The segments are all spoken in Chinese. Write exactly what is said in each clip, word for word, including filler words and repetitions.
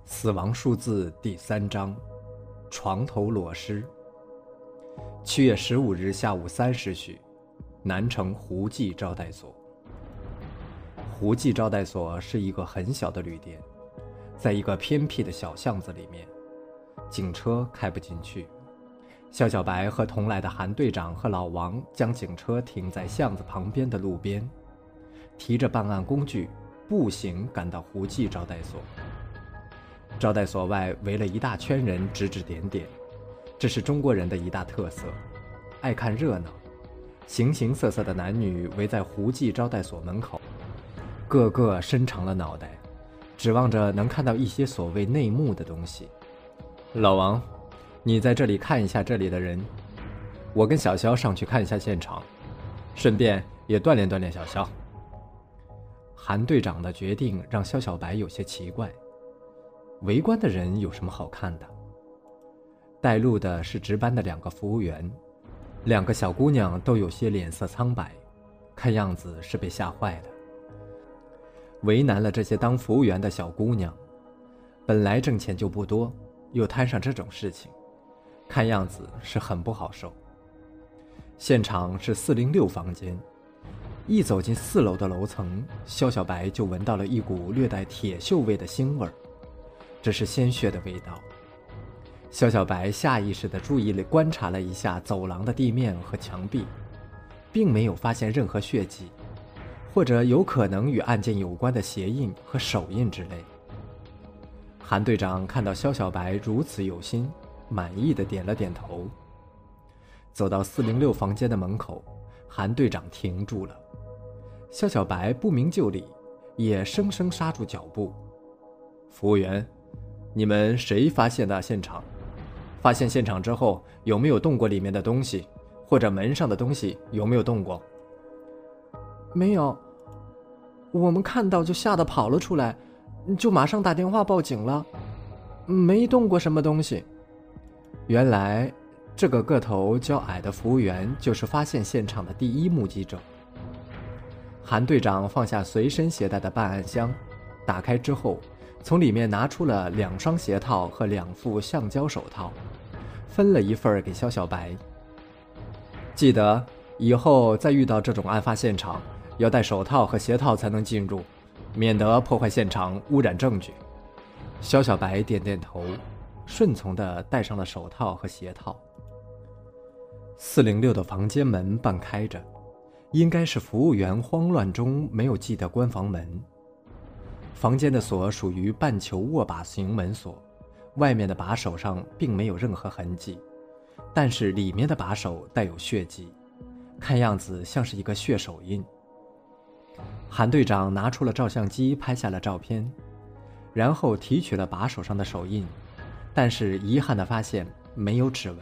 死亡数字第三章，床头裸尸。七月十五日下午三时许，南城胡记招待所。胡记招待所是一个很小的旅店，在一个偏僻的小巷子里面，警车开不进去。肖小白和同来的韩队长和老王将警车停在巷子旁边的路边，提着办案工具，步行赶到胡记招待所。招待所外围了一大圈人，指指点点，这是中国人的一大特色，爱看热闹。形形色色的男女围在胡记招待所门口，个个伸长了脑袋，指望着能看到一些所谓内幕的东西。老王，你在这里看一下这里的人，我跟小肖上去看一下现场，顺便也锻炼锻炼小肖。韩队长的决定让肖小白有些奇怪，围观的人有什么好看的？带路的是值班的两个服务员，两个小姑娘都有些脸色苍白，看样子是被吓坏了。为难了这些当服务员的小姑娘，本来挣钱就不多，又摊上这种事情，看样子是很不好受。现场是四零六房间，一走进四楼的楼层，肖小白就闻到了一股略带铁锈味的腥味儿，这是鲜血的味道。肖小白下意识地注意地观察了一下走廊的地面和墙壁，并没有发现任何血迹，或者有可能与案件有关的鞋印和手印之类。韩队长看到肖小白如此有心，满意地点了点头。走到四零六房间的门口，韩队长停住了。肖小白不明就里，也生生刹住脚步。服务员，你们谁发现的现场？发现现场之后有没有动过里面的东西，或者门上的东西有没有动过？ 没有，我们看到就吓得跑了出来，就马上打电话报警了，没动过什么东西。 原来这个个头较矮的服务员就是发现现场的第一目击者。韩队长放下随身携带的办案箱，打开之后从里面拿出了两双鞋套和两副橡胶手套，分了一份给肖小白。记得以后再遇到这种案发现场，要戴手套和鞋套才能进入，免得破坏现场，污染证据。肖小白点点头，顺从地戴上了手套和鞋套。四零六的房间门半开着，应该是服务员慌乱中没有记得关房门。房间的锁属于半球握把型门锁，外面的把手上并没有任何痕迹，但是里面的把手带有血迹，看样子像是一个血手印。韩队长拿出了照相机拍下了照片，然后提取了把手上的手印，但是遗憾地发现没有指纹。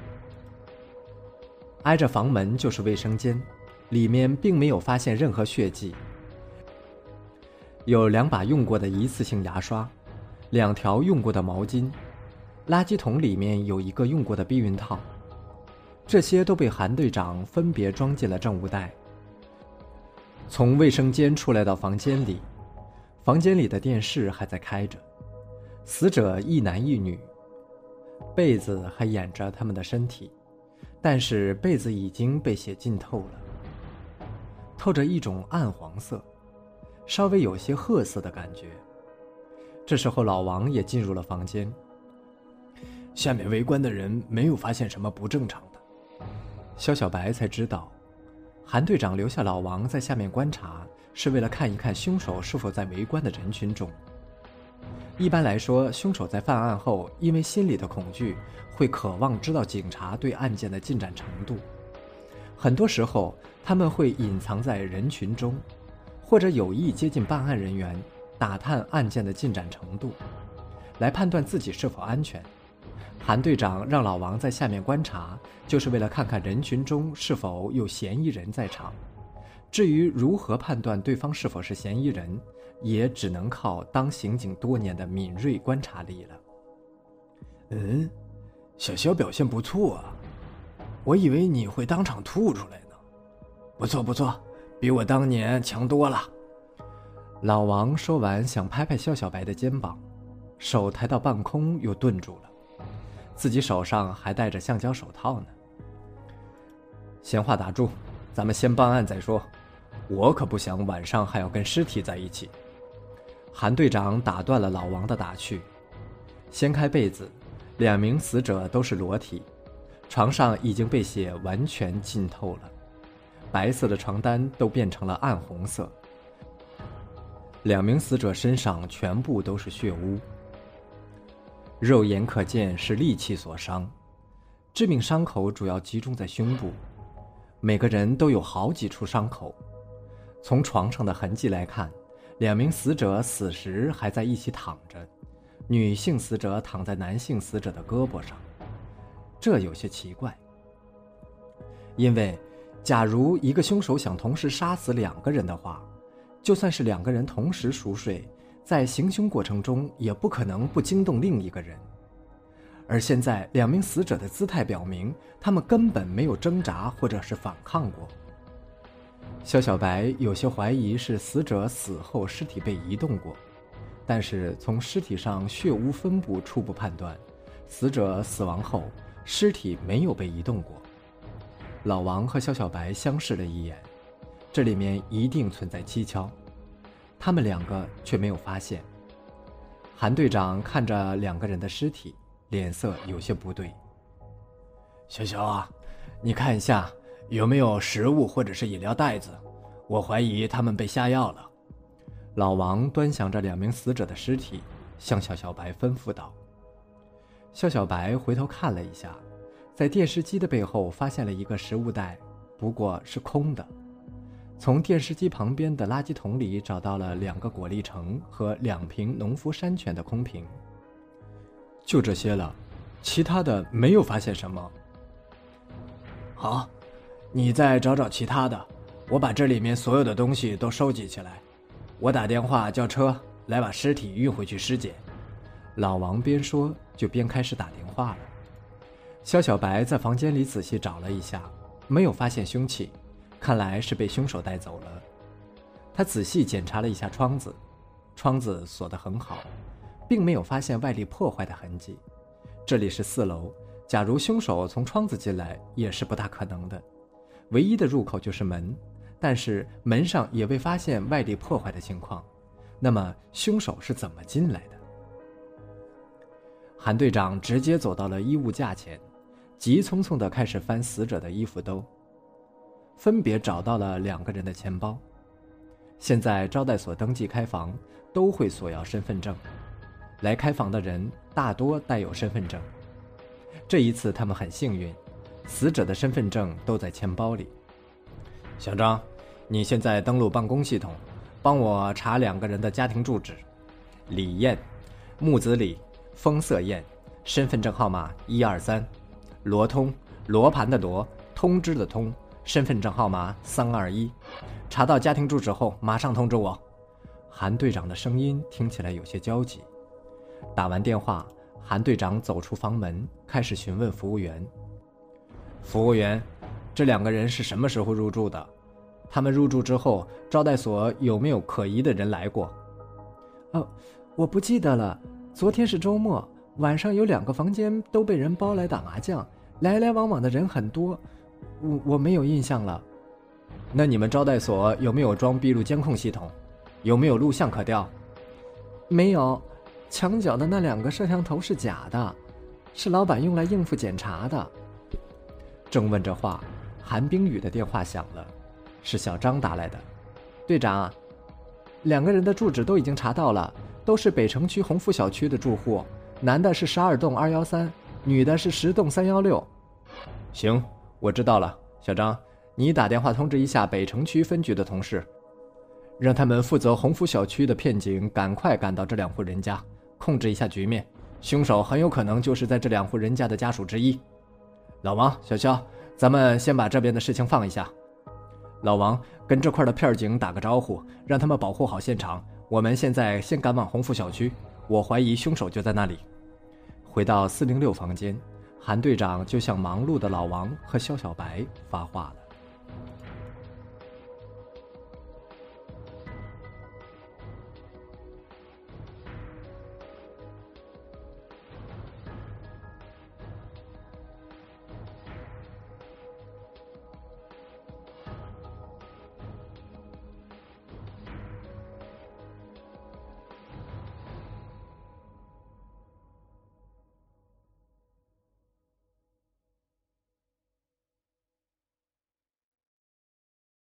挨着房门就是卫生间，里面并没有发现任何血迹，有两把用过的一次性牙刷，两条用过的毛巾，垃圾桶里面有一个用过的避孕套，这些都被韩队长分别装进了证物袋。从卫生间出来到房间里，房间里的电视还在开着，死者一男一女，被子还掩着他们的身体，但是被子已经被血浸透了，透着一种暗黄色，稍微有些褐色的感觉。这时候老王也进入了房间。下面围观的人没有发现什么不正常的。肖小白才知道，韩队长留下老王在下面观察，是为了看一看凶手是否在围观的人群中。一般来说，凶手在犯案后，因为心里的恐惧，会渴望知道警察对案件的进展程度。很多时候，他们会隐藏在人群中，或者有意接近办案人员，打探案件的进展程度，来判断自己是否安全。韩队长让老王在下面观察，就是为了看看人群中是否有嫌疑人在场。至于如何判断对方是否是嫌疑人，也只能靠当刑警多年的敏锐观察力了。 嗯，小肖表现不错啊，我以为你会当场吐出来呢。不错不错，比我当年强多了。 老王说完想拍拍肖小白的肩膀， 手抬到半空又顿住了，自己手上还戴着橡胶手套呢。闲话打住，咱们先办案再说，我可不想晚上还要跟尸体在一起。韩队长打断了老王的打趣，掀开被子，两名死者都是裸体，床上已经被血完全浸透了，白色的床单都变成了暗红色。两名死者身上全部都是血污，肉眼可见是利器所伤，致命伤口主要集中在胸部，每个人都有好几处伤口。从床上的痕迹来看，两名死者死时还在一起躺着，女性死者躺在男性死者的胳膊上，这有些奇怪。因为假如一个凶手想同时杀死两个人的话，就算是两个人同时熟睡，在行凶过程中也不可能不惊动另一个人。而现在两名死者的姿态表明，他们根本没有挣扎或者是反抗过。肖小白有些怀疑是死者死后尸体被移动过，但是从尸体上血污分布初步判断，死者死亡后尸体没有被移动过。老王和肖小白相视了一眼，这里面一定存在蹊跷，他们两个却没有发现。韩队长看着两个人的尸体，脸色有些不对。 小小啊，你看一下有没有食物或者是饮料袋子，我怀疑他们被下药了。 老王端详着两名死者的尸体，向肖小白吩咐道。肖小白回头看了一下，在电视机的背后发现了一个食物袋，不过是空的。从电视机旁边的垃圾桶里找到了两个果粒橙和两瓶农夫山泉的空瓶。 就这些了，其他的没有发现什么。好，你再找找其他的，我把这里面所有的东西都收集起来，我打电话叫车来把尸体运回去尸检。 老王边说就边开始打电话了。肖小白在房间里仔细找了一下，没有发现凶器，看来是被凶手带走了。他仔细检查了一下窗子，窗子锁得很好，并没有发现外力破坏的痕迹。这里是四楼，假如凶手从窗子进来也是不大可能的。唯一的入口就是门，但是门上也未发现外力破坏的情况。那么凶手是怎么进来的？韩队长直接走到了衣物架前，急匆匆地开始翻死者的衣服兜，分别找到了两个人的钱包。现在招待所登记开房都会索要身份证，来开房的人大多带有身份证。这一次他们很幸运，死者的身份证都在钱包里。 小张，你现在登录办公系统，帮我查两个人的家庭住址。 李艳，木子李，风色艳，身份证号码一二三。罗通，罗盘的罗，通知的通，身份证号码三二一。查到家庭住址后马上通知我。韩队长的声音听起来有些焦急。打完电话，韩队长走出房门，开始询问服务员。 服务员，这两个人是什么时候入住的？他们入住之后，招待所有没有可疑的人来过？ 哦，我不记得了。昨天是周末，晚上有两个房间都被人包来打麻将，来来往往的人很多，我我没有印象了。 那你们招待所有没有装闭路监控系统？有没有录像可调？ 没有，墙角的那两个摄像头是假的，是老板用来应付检查的。 正问着话，韩冰雨的电话响了，是小张打来的。队长，两个人的住址都已经查到了，都是北城区鸿福小区的住户，男的是十二栋二一三，女的是十栋三一六。 行，我知道了。小张，你打电话通知一下北城区分局的同事，让他们负责鸿福小区的片警赶快赶到这两户人家，控制一下局面。凶手很有可能就是在这两户人家的家属之一。老王，小肖，咱们先把这边的事情放一下。老王，跟这块的片警打个招呼，让他们保护好现场。我们现在先赶往鸿福小区，我怀疑凶手就在那里。 回到四零六房间，韩队长就向忙碌的老王和肖小白发话了。